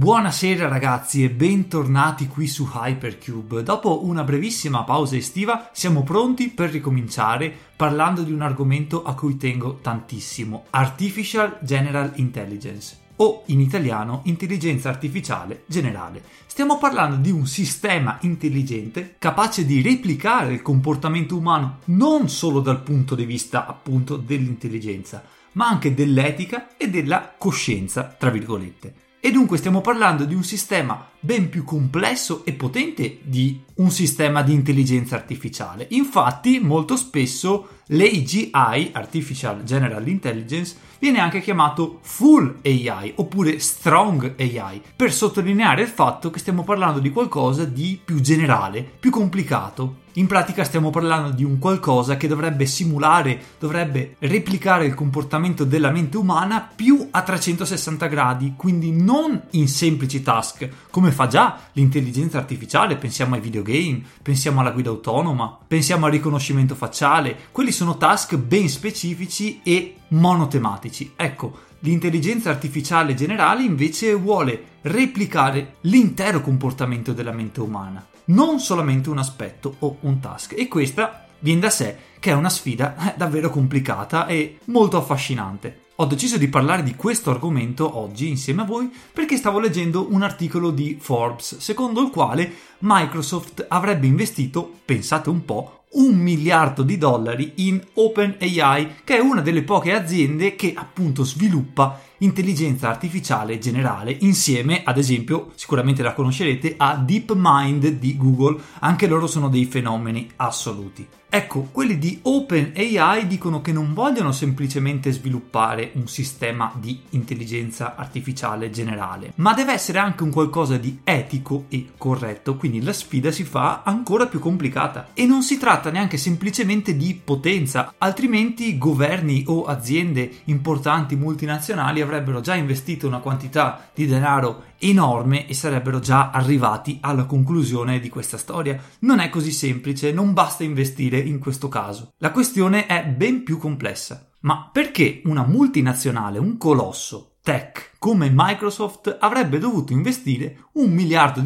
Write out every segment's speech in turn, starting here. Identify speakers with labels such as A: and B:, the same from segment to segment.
A: Buonasera ragazzi e bentornati qui su Hypercube. Dopo una brevissima pausa estiva siamo pronti per ricominciare parlando di un argomento a cui tengo tantissimo: Artificial General Intelligence, o in italiano intelligenza artificiale generale. Stiamo parlando di un sistema intelligente capace di replicare il comportamento umano non solo dal punto di vista appunto dell'intelligenza, ma anche dell'etica e della coscienza, tra virgolette. E dunque stiamo parlando di un sistema ben più complesso e potente di un sistema di intelligenza artificiale. Infatti, molto spesso l'AGI, Artificial General Intelligence, viene anche chiamato Full AI oppure Strong AI, per sottolineare il fatto che stiamo parlando di qualcosa di più generale, più complicato. In pratica stiamo parlando di un qualcosa che dovrebbe simulare, dovrebbe replicare il comportamento della mente umana più a 360 gradi, quindi non in semplici task, come fa già l'intelligenza artificiale. Pensiamo ai videogame, pensiamo alla guida autonoma, pensiamo al riconoscimento facciale. Quelli sono task ben specifici e monotematici. Ecco, l'intelligenza artificiale generale invece vuole replicare l'intero comportamento della mente umana, non solamente un aspetto o un task, e questa viene da sé che è una sfida davvero complicata e molto affascinante. Ho deciso di parlare di questo argomento oggi insieme a voi perché stavo leggendo un articolo di Forbes secondo il quale Microsoft avrebbe investito, pensate un po', $1 miliardo in OpenAI, che è una delle poche aziende che appunto sviluppa intelligenza artificiale generale insieme, ad esempio, sicuramente la conoscerete, a DeepMind di Google. Anche loro sono dei fenomeni assoluti. Ecco, quelli di OpenAI dicono che non vogliono semplicemente sviluppare un sistema di intelligenza artificiale generale, ma deve essere anche un qualcosa di etico e corretto, quindi la sfida si fa ancora più complicata. E non si tratta neanche semplicemente di potenza, altrimenti governi o aziende importanti multinazionali avrebbero già investito una quantità di denaro enorme e sarebbero già arrivati alla conclusione di questa storia. Non è così semplice, non basta investire in questo caso. La questione è ben più complessa. Ma perché una multinazionale, un colosso tech come Microsoft avrebbe dovuto investire $1 miliardo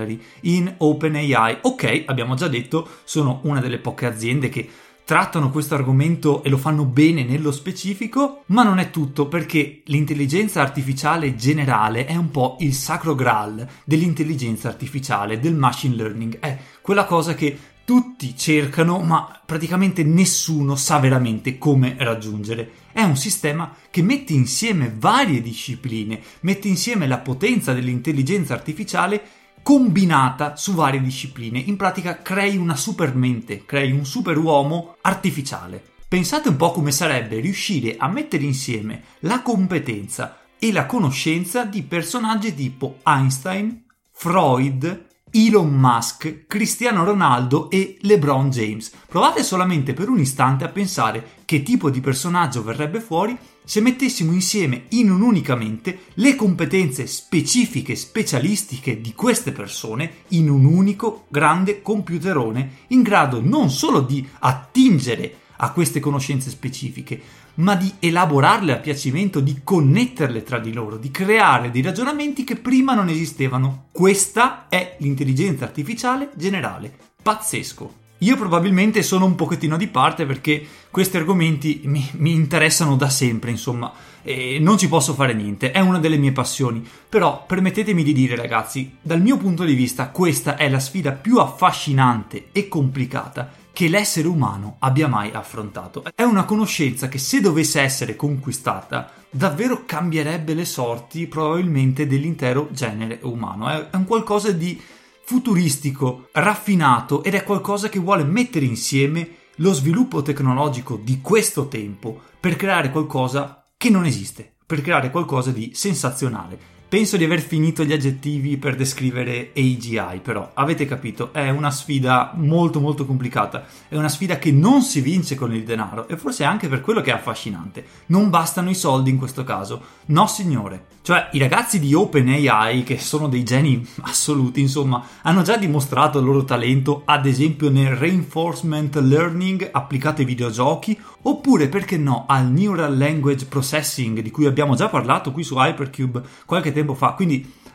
A: in OpenAI? Ok, abbiamo già detto, sono una delle poche aziende che trattano questo argomento e lo fanno bene nello specifico, ma non è tutto, perché l'intelligenza artificiale generale è un po' il sacro graal dell'intelligenza artificiale, del machine learning. È quella cosa che tutti cercano, ma praticamente nessuno sa veramente come raggiungere. È un sistema che mette insieme varie discipline, mette insieme la potenza dell'intelligenza artificiale combinata su varie discipline. In pratica crei una supermente, crei un superuomo artificiale. Pensate un po' come sarebbe riuscire a mettere insieme la competenza e la conoscenza di personaggi tipo Einstein, Freud, Elon Musk, Cristiano Ronaldo e LeBron James. Provate solamente per un istante a pensare che tipo di personaggio verrebbe fuori se mettessimo insieme in un'unica mente le competenze specifiche, specialistiche di queste persone in un unico grande computerone in grado non solo di attingere a queste conoscenze specifiche, ma di elaborarle a piacimento, di connetterle tra di loro, di creare dei ragionamenti che prima non esistevano. Questa è l'intelligenza artificiale generale. Pazzesco. Io probabilmente sono un pochettino di parte perché questi argomenti mi interessano da sempre, insomma, e non ci posso fare niente, è una delle mie passioni. Però permettetemi di dire, ragazzi, dal mio punto di vista questa è la sfida più affascinante e complicata che l'essere umano abbia mai affrontato. È una conoscenza che, se dovesse essere conquistata, davvero cambierebbe le sorti probabilmente dell'intero genere umano. È un qualcosa di futuristico, raffinato, ed è qualcosa che vuole mettere insieme lo sviluppo tecnologico di questo tempo per creare qualcosa che non esiste, per creare qualcosa di sensazionale. Penso di aver finito gli aggettivi per descrivere AGI, però avete capito, è una sfida molto molto complicata, è una sfida che non si vince con il denaro, e forse è anche per quello che è affascinante. Non bastano i soldi in questo caso, no signore. Cioè, i ragazzi di OpenAI, che sono dei geni assoluti, insomma, hanno già dimostrato il loro talento, ad esempio nel reinforcement learning applicato ai videogiochi, oppure, perché no, al neural language processing, di cui abbiamo già parlato qui su Hypercube qualche tempo fa. Quindi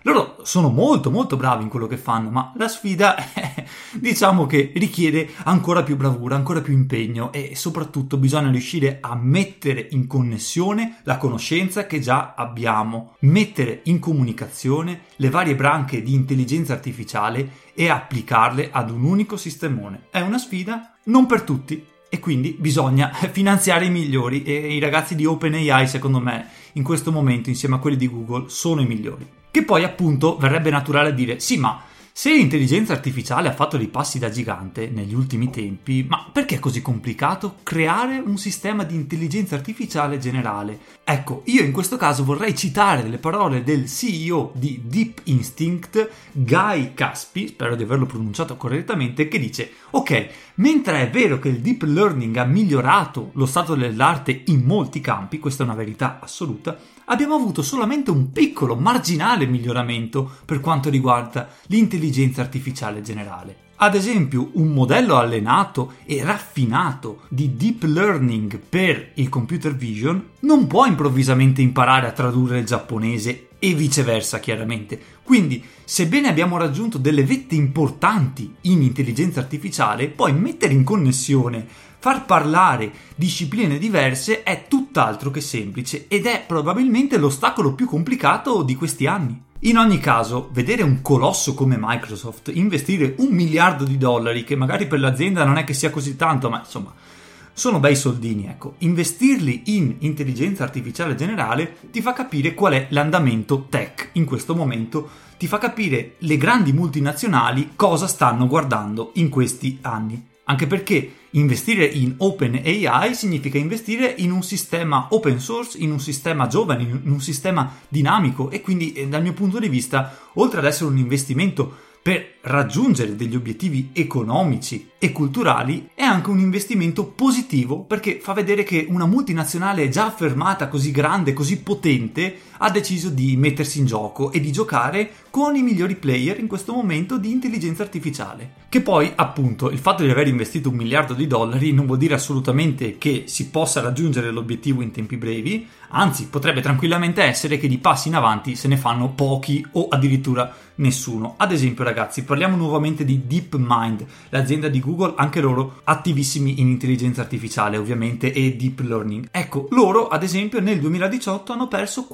A: Loro sono molto molto bravi in quello che fanno, ma la sfida diciamo che richiede ancora più bravura, ancora più impegno e soprattutto bisogna riuscire a mettere in connessione la conoscenza che già abbiamo, mettere in comunicazione le varie branche di intelligenza artificiale e applicarle ad un unico sistemone. È una sfida non per tutti e quindi bisogna finanziare i migliori e i ragazzi di OpenAI secondo me in questo momento insieme a quelli di Google sono i migliori. Che poi appunto verrebbe naturale dire sì, ma se l'intelligenza artificiale ha fatto dei passi da gigante negli ultimi tempi, ma perché è così complicato creare un sistema di intelligenza artificiale generale? Ecco, io in questo caso vorrei citare le parole del CEO di Deep Instinct, Guy Caspi, spero di averlo pronunciato correttamente, che dice: ok, mentre è vero che il deep learning ha migliorato lo stato dell'arte in molti campi, questa è una verità assoluta, abbiamo avuto solamente un piccolo, marginale miglioramento per quanto riguarda l'intelligenza artificiale generale. Ad esempio, un modello allenato e raffinato di deep learning per il computer vision non può improvvisamente imparare a tradurre il giapponese e viceversa, chiaramente. Quindi, sebbene abbiamo raggiunto delle vette importanti in intelligenza artificiale, poi mettere in connessione, far parlare discipline diverse è tutt'altro che semplice ed è probabilmente l'ostacolo più complicato di questi anni. In ogni caso, vedere un colosso come Microsoft investire $1 miliardo, che magari per l'azienda non è che sia così tanto, ma insomma sono bei soldini, ecco. Investirli in intelligenza artificiale generale ti fa capire qual è l'andamento tech in questo momento, ti fa capire le grandi multinazionali cosa stanno guardando in questi anni. Anche perché investire in OpenAI significa investire in un sistema open source, in un sistema giovane, in un sistema dinamico e quindi dal mio punto di vista, oltre ad essere un investimento per raggiungere degli obiettivi economici e culturali, è anche un investimento positivo perché fa vedere che una multinazionale già affermata, così grande, così potente, ha deciso di mettersi in gioco e di giocare con i migliori player in questo momento di intelligenza artificiale. Che poi, appunto, il fatto di aver investito $1 miliardo non vuol dire assolutamente che si possa raggiungere l'obiettivo in tempi brevi, anzi potrebbe tranquillamente essere che di passi in avanti se ne fanno pochi o addirittura nessuno. Ad esempio, ragazzi, parliamo nuovamente di DeepMind, l'azienda di Google, anche loro attivissimi in intelligenza artificiale ovviamente e deep learning. Ecco, loro ad esempio nel 2018 hanno perso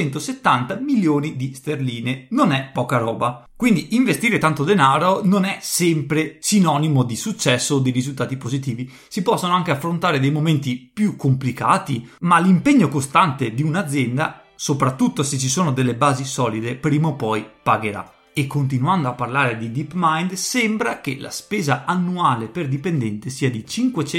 A: 470 milioni di sterline, non è poca roba. Quindi investire tanto denaro non è sempre sinonimo di successo o di risultati positivi. Si possono anche affrontare dei momenti più complicati, ma l'impegno costante di un'azienda, soprattutto se ci sono delle basi solide, prima o poi pagherà. E continuando a parlare di DeepMind, sembra che la spesa annuale per dipendente sia di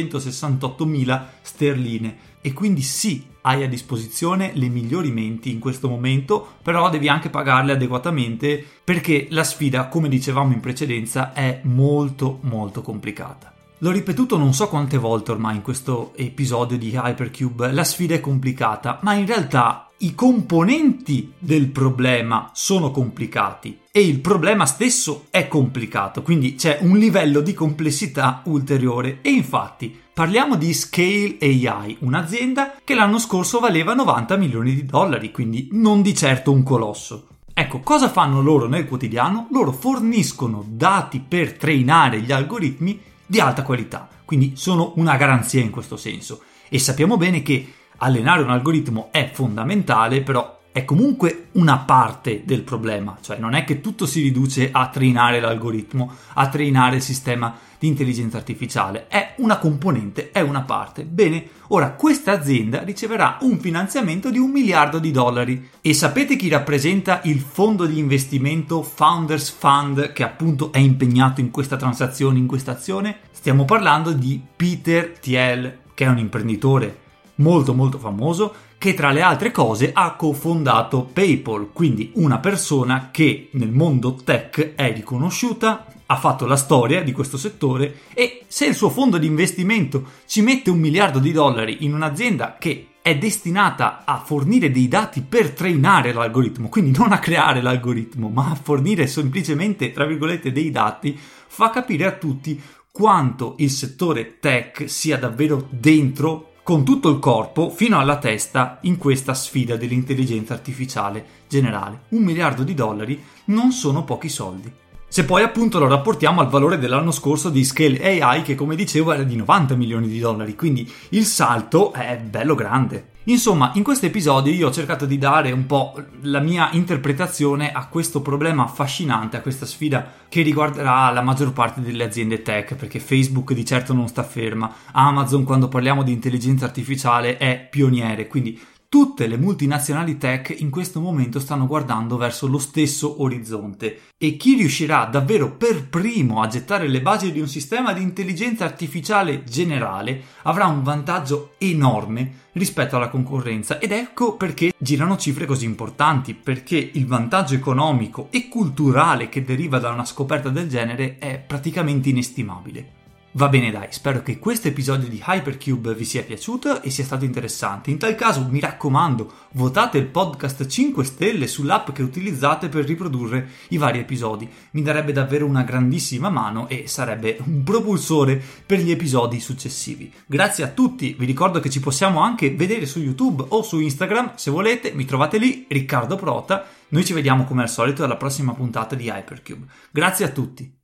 A: 568.000 sterline. E quindi sì, hai a disposizione le migliori menti in questo momento, però devi anche pagarle adeguatamente perché la sfida, come dicevamo in precedenza, è molto molto complicata. L'ho ripetuto non so quante volte ormai in questo episodio di Hypercube, la sfida è complicata, ma in realtà i componenti del problema sono complicati e il problema stesso è complicato, quindi c'è un livello di complessità ulteriore. E infatti parliamo di Scale AI, un'azienda che l'anno scorso valeva $90 milioni, quindi non di certo un colosso. Ecco, cosa fanno loro nel quotidiano? Loro forniscono dati per trainare gli algoritmi di alta qualità, quindi sono una garanzia in questo senso. E sappiamo bene che allenare un algoritmo è fondamentale, però è comunque una parte del problema, cioè non è che tutto si riduce a trainare l'algoritmo, a trainare il sistema di intelligenza artificiale, è una componente, è una parte. Bene, ora questa azienda riceverà un finanziamento di $1 miliardo e sapete chi rappresenta il fondo di investimento Founders Fund che appunto è impegnato in questa transazione, in questa azione? Stiamo parlando di Peter Thiel, che è un imprenditore molto molto famoso, che tra le altre cose ha cofondato PayPal, quindi una persona che nel mondo tech è riconosciuta, ha fatto la storia di questo settore e se il suo fondo di investimento ci mette $1 miliardo in un'azienda che è destinata a fornire dei dati per trainare l'algoritmo, quindi non a creare l'algoritmo, ma a fornire semplicemente, tra virgolette, dei dati, fa capire a tutti quanto il settore tech sia davvero dentro con tutto il corpo fino alla testa in questa sfida dell'intelligenza artificiale generale. $1 miliardo non sono pochi soldi. Se poi appunto lo rapportiamo al valore dell'anno scorso di Scale AI, che come dicevo era di $90 milioni, quindi il salto è bello grande. Insomma, in questo episodio io ho cercato di dare un po' la mia interpretazione a questo problema affascinante, a questa sfida che riguarderà la maggior parte delle aziende tech, perché Facebook di certo non sta ferma, Amazon quando parliamo di intelligenza artificiale è pioniere, quindi tutte le multinazionali tech in questo momento stanno guardando verso lo stesso orizzonte e chi riuscirà davvero per primo a gettare le basi di un sistema di intelligenza artificiale generale avrà un vantaggio enorme rispetto alla concorrenza, ed ecco perché girano cifre così importanti, perché il vantaggio economico e culturale che deriva da una scoperta del genere è praticamente inestimabile. Va bene dai, spero che questo episodio di Hypercube vi sia piaciuto e sia stato interessante. In tal caso mi raccomando, votate il podcast 5 stelle sull'app che utilizzate per riprodurre i vari episodi. Mi darebbe davvero una grandissima mano e sarebbe un propulsore per gli episodi successivi. Grazie a tutti, vi ricordo che ci possiamo anche vedere su YouTube o su Instagram, se volete, mi trovate lì, Riccardo Prota. Noi ci vediamo come al solito alla prossima puntata di Hypercube. Grazie a tutti.